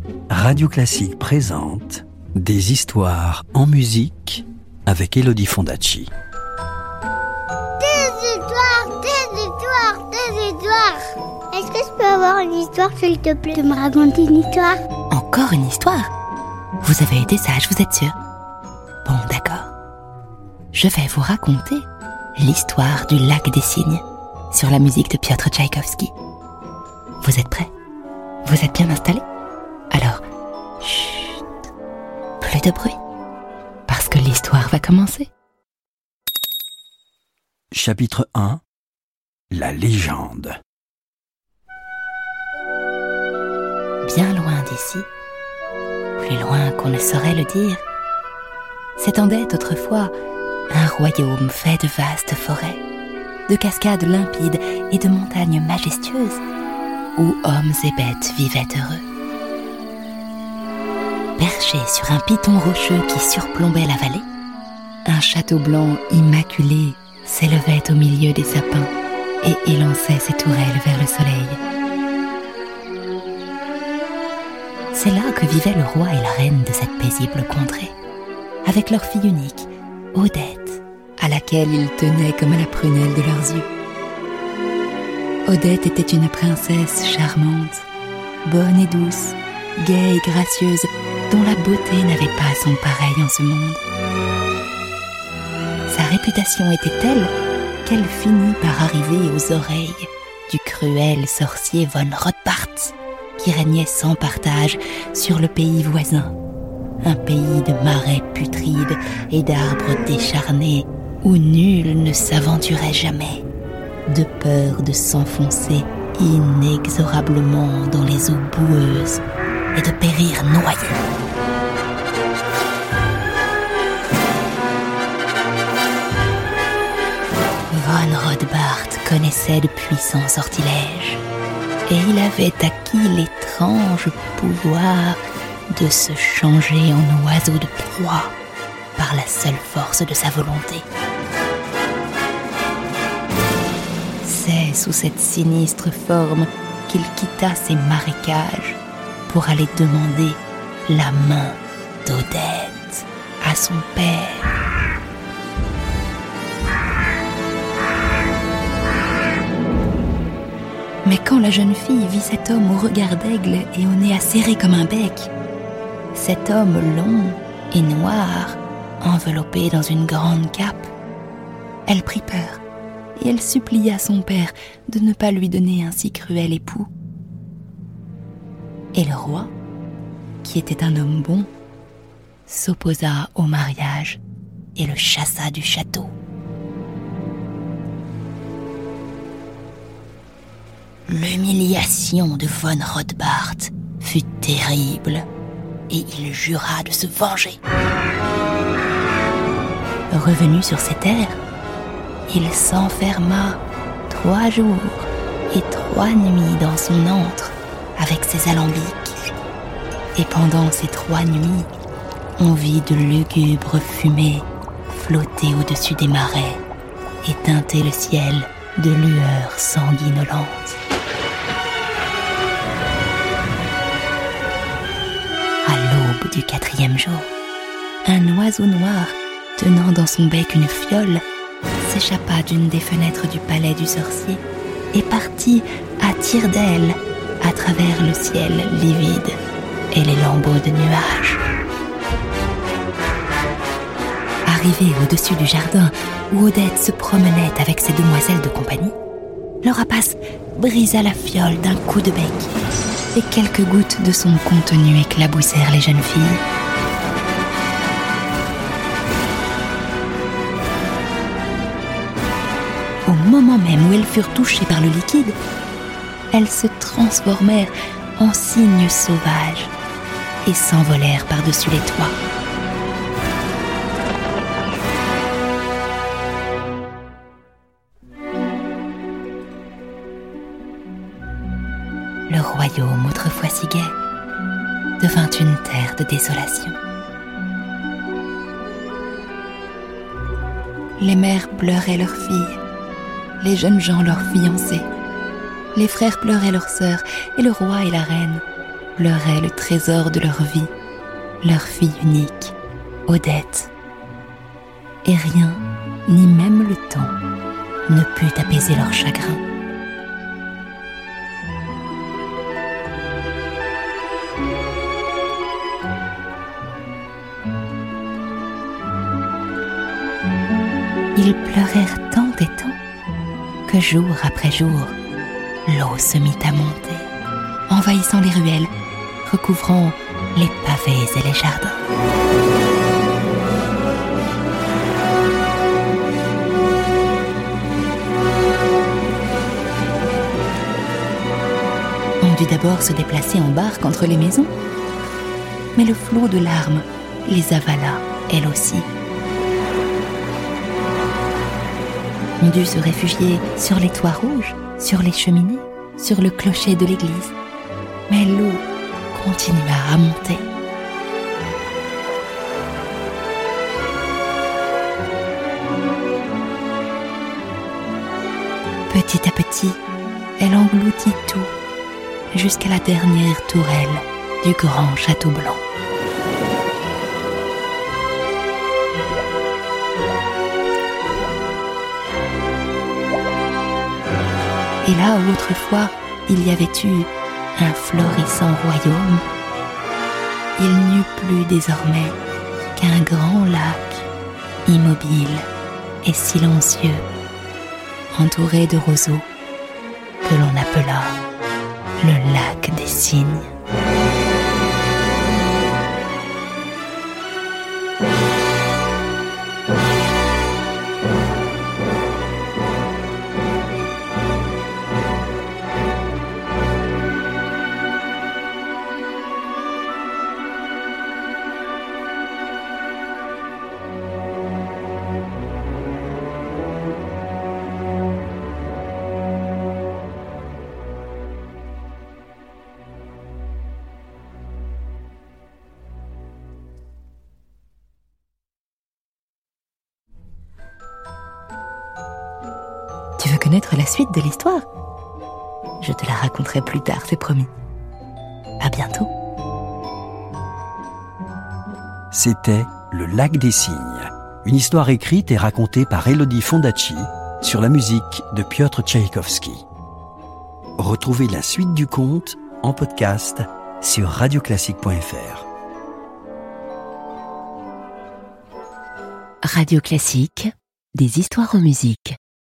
Radio Classique présente Des histoires en musique avec Elodie Fondacci. Des histoires. Est-ce que je peux avoir une histoire, s'il te plaît, de me raconter une histoire? Encore une histoire? Vous avez été sage, vous êtes sûr? Bon, d'accord. Je vais vous raconter l'histoire du lac des cygnes sur la musique de Piotr Tchaïkovski. Vous êtes prêts? Vous êtes bien installés? Alors, chut, plus de bruit, parce que l'histoire va commencer. Chapitre 1. La légende. Bien loin d'ici, plus loin qu'on ne saurait le dire, s'étendait autrefois un royaume fait de vastes forêts, de cascades limpides et de montagnes majestueuses, où hommes et bêtes vivaient heureux. Perché sur un piton rocheux qui surplombait la vallée, un château blanc immaculé s'élevait au milieu des sapins et élançait ses tourelles vers le soleil. C'est là que vivaient le roi et la reine de cette paisible contrée, avec leur fille unique, Odette, à laquelle ils tenaient comme à la prunelle de leurs yeux. Odette était une princesse charmante, bonne et douce, gaie et gracieuse, dont la beauté n'avait pas son pareil en ce monde. Sa réputation était telle qu'elle finit par arriver aux oreilles du cruel sorcier von Rothbart, qui régnait sans partage sur le pays voisin, un pays de marais putrides et d'arbres décharnés où nul ne s'aventurait jamais, de peur de s'enfoncer inexorablement dans les eaux boueuses et de périr noyé. Von Rothbart connaissait de puissants sortilèges et il avait acquis l'étrange pouvoir de se changer en oiseau de proie par la seule force de sa volonté. C'est sous cette sinistre forme qu'il quitta ses marécages pour aller demander la main d'Odette à son père. Mais quand la jeune fille vit cet homme au regard d'aigle et au nez acéré comme un bec, cet homme long et noir, enveloppé dans une grande cape, elle prit peur et elle supplia son père de ne pas lui donner un si cruel époux. Et le roi, qui était un homme bon, s'opposa au mariage et le chassa du château. L'humiliation de von Rothbart fut terrible et il jura de se venger. Revenu sur ses terres, il s'enferma 3 jours et 3 nuits dans son antre avec ses alambics. Et pendant ces 3 nuits, on vit de lugubres fumées flotter au-dessus des marais et teinter le ciel de lueurs sanguinolentes. À l'aube du 4e jour, un oiseau noir, tenant dans son bec une fiole, s'échappa d'une des fenêtres du palais du sorcier et partit à tire-d'aile à travers le ciel livide et les lambeaux de nuages. Arrivé au-dessus du jardin où Odette se promenait avec ses demoiselles de compagnie, le rapace brisa la fiole d'un coup de bec et quelques gouttes de son contenu éclaboussèrent les jeunes filles. Au moment même où elles furent touchées par le liquide, elles se transformèrent en cygnes sauvages et s'envolèrent par-dessus les toits. Le royaume, autrefois si gai, devint une terre de désolation. Les mères pleuraient leurs filles, les jeunes gens leurs fiancés, les frères pleuraient leurs sœurs, et le roi et la reine pleuraient le trésor de leur vie, leur fille unique, Odette. Et rien, ni même le temps, ne put apaiser leur chagrin. Ils pleurèrent tant et tant que jour après jour, l'eau se mit à monter, envahissant les ruelles, recouvrant les pavés et les jardins. On dut d'abord se déplacer en barque entre les maisons, mais le flot de larmes les avala, elle aussi. On dut se réfugier sur les toits rouges, sur les cheminées, sur le clocher de l'église. Mais l'eau continua à monter. Petit à petit, elle engloutit tout, jusqu'à la dernière tourelle du grand château blanc. Et là où autrefois il y avait eu un florissant royaume, il n'y eut plus désormais qu'un grand lac, immobile et silencieux, entouré de roseaux, que l'on appela le lac des cygnes. Tu veux connaître la suite de l'histoire ? Je te la raconterai plus tard, c'est promis. À bientôt. C'était Le Lac des Cygnes, une histoire écrite et racontée par Elodie Fondacci sur la musique de Piotr Tchaïkovski. Retrouvez la suite du conte en podcast sur radioclassique.fr. Radio Classique, des histoires en musique.